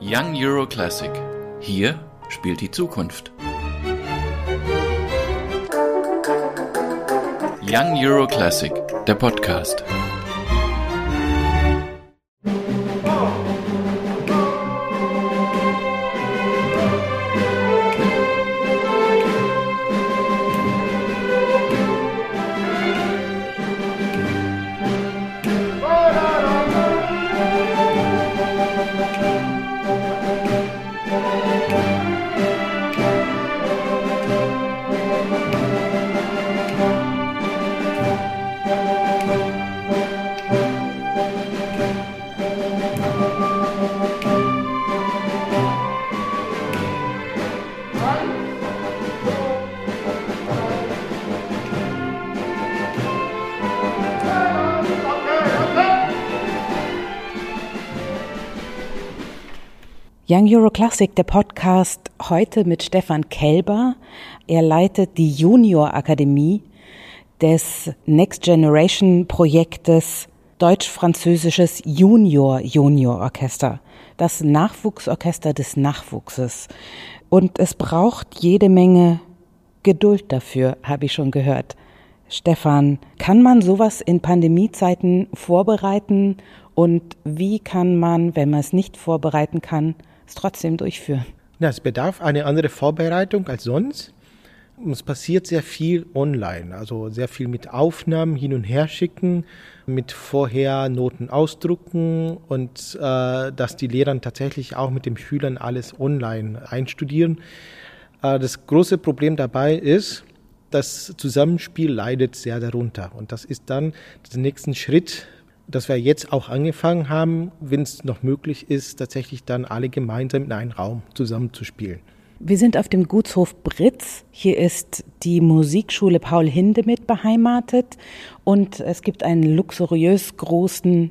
Young Euro Classic. Hier spielt die Zukunft. Young Euro Classic, der Podcast. Young Euro Classic, der Podcast, heute mit Stefan Kelber. Er leitet die Junior-Akademie des Next Generation Projektes Deutsch-Französisches Junior-Orchester, das Nachwuchsorchester des Nachwuchses. Und es braucht jede Menge Geduld dafür, habe ich schon gehört. Stefan, kann man sowas in Pandemiezeiten vorbereiten und wie kann man, wenn man es nicht vorbereiten kann, es trotzdem durchführen? Ja, es bedarf eine andere Vorbereitung als sonst. Es passiert sehr viel online, also sehr viel mit Aufnahmen hin und her schicken, mit vorher Noten ausdrucken und dass die Lehrer tatsächlich auch mit den Schülern alles online einstudieren. Das große Problem dabei ist, das Zusammenspiel leidet sehr darunter und das ist dann der nächste Schritt, dass wir jetzt auch angefangen haben, wenn es noch möglich ist, tatsächlich dann alle gemeinsam in einem Raum zusammenzuspielen. Wir sind auf dem Gutshof Britz. Hier ist die Musikschule Paul Hindemith beheimatet und es gibt einen luxuriös großen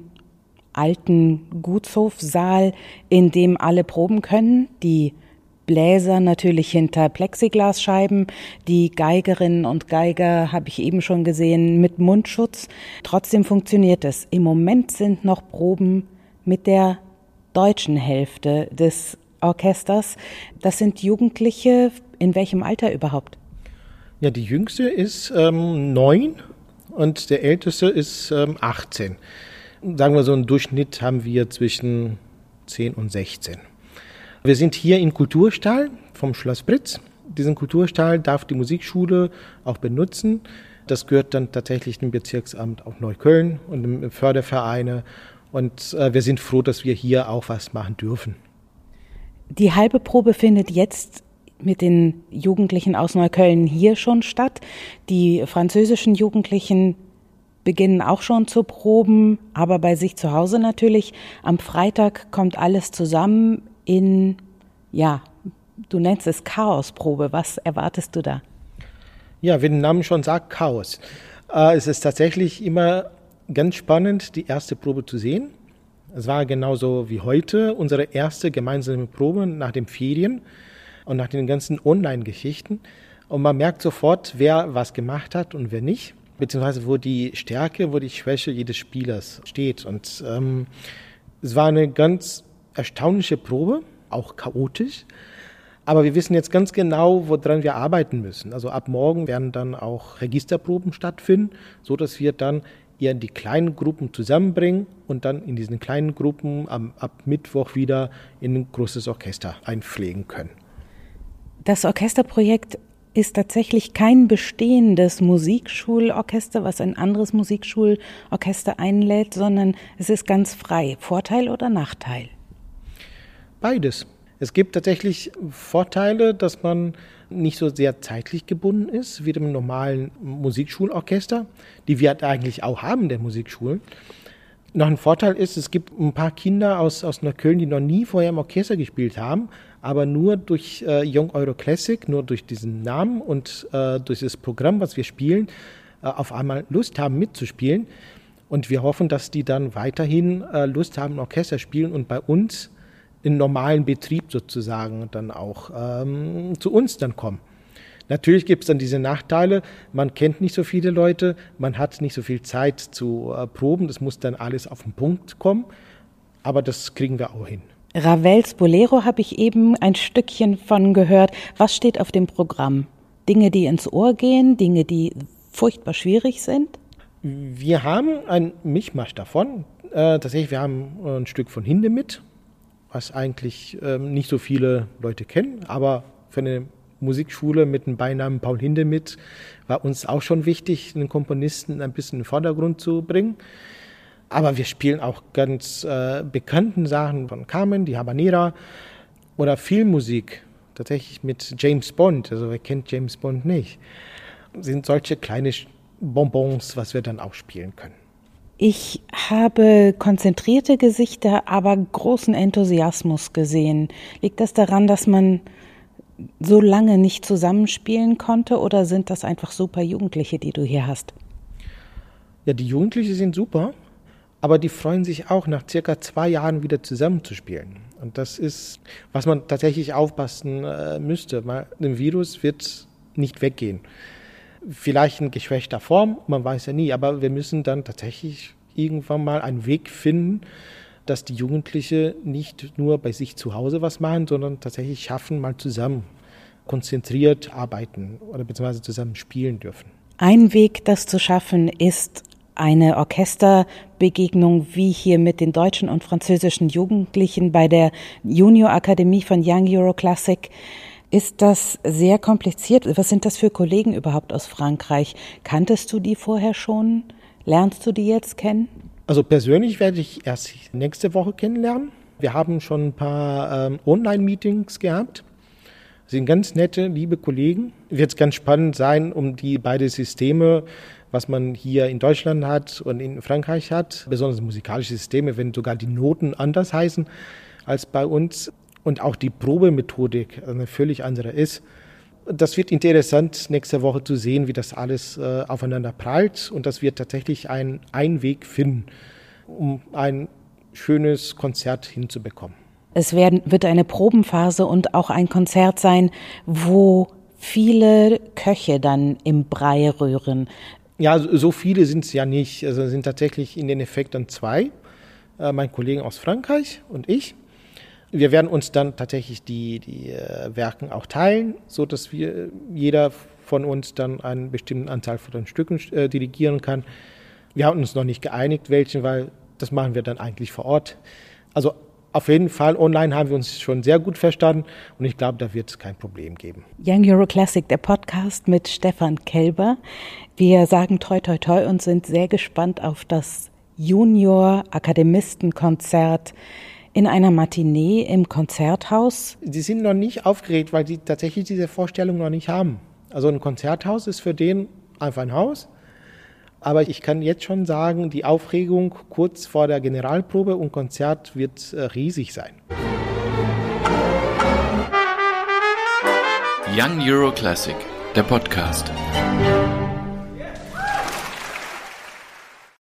alten Gutshofsaal, in dem alle proben können. Die Bläser natürlich hinter Plexiglasscheiben, die Geigerinnen und Geiger habe ich eben schon gesehen mit Mundschutz. Trotzdem funktioniert es. Im Moment sind noch Proben mit der deutschen Hälfte des Orchesters. Das sind Jugendliche, in welchem Alter überhaupt? Ja, die jüngste ist 9 und der älteste ist 18. Sagen wir so, einen Durchschnitt haben wir zwischen 10 und 16. Wir sind hier im Kulturstall vom Schloss Britz. Diesen Kulturstall darf die Musikschule auch benutzen. Das gehört dann tatsächlich dem Bezirksamt auch Neukölln und dem Fördervereine. Und wir sind froh, dass wir hier auch was machen dürfen. Die halbe Probe findet jetzt mit den Jugendlichen aus Neukölln hier schon statt. Die französischen Jugendlichen beginnen auch schon zu proben, aber bei sich zu Hause natürlich. Am Freitag kommt alles zusammen in, ja, du nennst es Chaosprobe. Was erwartest du da? Ja, wie der Name schon sagt, Chaos. Es ist tatsächlich immer ganz spannend, die erste Probe zu sehen. Es war genauso wie heute unsere erste gemeinsame Probe nach den Ferien und nach den ganzen Online-Geschichten. Und man merkt sofort, wer was gemacht hat und wer nicht, beziehungsweise wo die Stärke, wo die Schwäche jedes Spielers steht. Und es war eine ganz erstaunliche Probe, auch chaotisch. Aber wir wissen jetzt ganz genau, woran wir arbeiten müssen. Also ab morgen werden dann auch Registerproben stattfinden, so dass wir dann eher die kleinen Gruppen zusammenbringen und dann in diesen kleinen Gruppen ab Mittwoch wieder in ein großes Orchester einpflegen können. Das Orchesterprojekt ist tatsächlich kein bestehendes Musikschulorchester, was ein anderes Musikschulorchester einlädt, sondern es ist ganz frei. Vorteil oder Nachteil? Beides. Es gibt tatsächlich Vorteile, dass man nicht so sehr zeitlich gebunden ist wie dem normalen Musikschulorchester, die wir eigentlich auch haben, der Musikschulen. Noch ein Vorteil ist, es gibt ein paar Kinder aus Neukölln, die noch nie vorher im Orchester gespielt haben, aber nur durch Young Euro Classic, nur durch diesen Namen und durch das Programm, was wir spielen, auf einmal Lust haben mitzuspielen. Und wir hoffen, dass die dann weiterhin Lust haben, im Orchester spielen und bei uns in normalen Betrieb sozusagen dann auch zu uns dann kommen. Natürlich gibt es dann diese Nachteile, man kennt nicht so viele Leute, man hat nicht so viel Zeit zu proben, das muss dann alles auf den Punkt kommen, aber das kriegen wir auch hin. Ravels Bolero habe ich eben ein Stückchen von gehört. Was steht auf dem Programm? Dinge, die ins Ohr gehen, Dinge, die furchtbar schwierig sind? Wir haben ein Mischmasch davon. Tatsächlich, wir haben ein Stück von Hindemith, was eigentlich nicht so viele Leute kennen, aber für eine Musikschule mit dem Beinamen Paul Hindemith war uns auch schon wichtig, den Komponisten ein bisschen in den Vordergrund zu bringen. Aber wir spielen auch ganz bekannten Sachen von Carmen, die Habanera oder Filmmusik, tatsächlich mit James Bond. Also wer kennt James Bond nicht? Sind solche kleine Bonbons, was wir dann auch spielen können. Ich habe konzentrierte Gesichter, aber großen Enthusiasmus gesehen. Liegt das daran, dass man so lange nicht zusammenspielen konnte oder sind das einfach super Jugendliche, die du hier hast? Ja, die Jugendlichen sind super. Aber die freuen sich auch, nach circa 2 Jahren wieder zusammenzuspielen. Und das ist, was man tatsächlich aufpassen müsste. Ein Virus wird nicht weggehen. Vielleicht in geschwächter Form, man weiß ja nie. Aber wir müssen dann tatsächlich irgendwann mal einen Weg finden, dass die Jugendlichen nicht nur bei sich zu Hause was machen, sondern tatsächlich schaffen, mal zusammen konzentriert arbeiten oder beziehungsweise zusammen spielen dürfen. Ein Weg, das zu schaffen, ist eine Orchesterbegegnung wie hier mit den deutschen und französischen Jugendlichen bei der Juniorakademie von Young Euro Classic. Ist das sehr kompliziert? Was sind das für Kollegen überhaupt aus Frankreich? Kanntest du die vorher schon? Lernst du die jetzt kennen? Also persönlich werde ich erst nächste Woche kennenlernen. Wir haben schon ein paar Online-Meetings gehabt. Das sind ganz nette, liebe Kollegen. Wird ganz spannend sein, um die beiden Systeme, was man hier in Deutschland hat und in Frankreich hat, besonders musikalische Systeme, wenn sogar die Noten anders heißen als bei uns und auch die Probemethodik eine völlig andere ist. Das wird interessant, nächste Woche zu sehen, wie das alles aufeinander prallt und dass wir tatsächlich einen Weg finden, um ein schönes Konzert hinzubekommen. Es wird eine Probenphase und auch ein Konzert sein, wo viele Köche dann im Brei rühren. Ja, so viele sind es ja nicht. Also es sind tatsächlich in den Effekten 2, mein Kollege aus Frankreich und ich. Wir werden uns dann tatsächlich die Werken auch teilen, so dass jeder von uns dann einen bestimmten Anteil von den Stücken dirigieren kann. Wir haben uns noch nicht geeinigt, welchen, weil das machen wir dann eigentlich vor Ort. Also auf jeden Fall, online haben wir uns schon sehr gut verstanden und ich glaube, da wird es kein Problem geben. Young Euro Classic, der Podcast mit Stefan Kelber. Wir sagen toi toi toi und sind sehr gespannt auf das Junior-Akademistenkonzert in einer Matinee im Konzerthaus. Die sind noch nicht aufgeregt, weil die tatsächlich diese Vorstellung noch nicht haben. Also ein Konzerthaus ist für den einfach ein Haus. Aber ich kann jetzt schon sagen, die Aufregung kurz vor der Generalprobe und Konzert wird riesig sein. Young Euro Classic, der Podcast.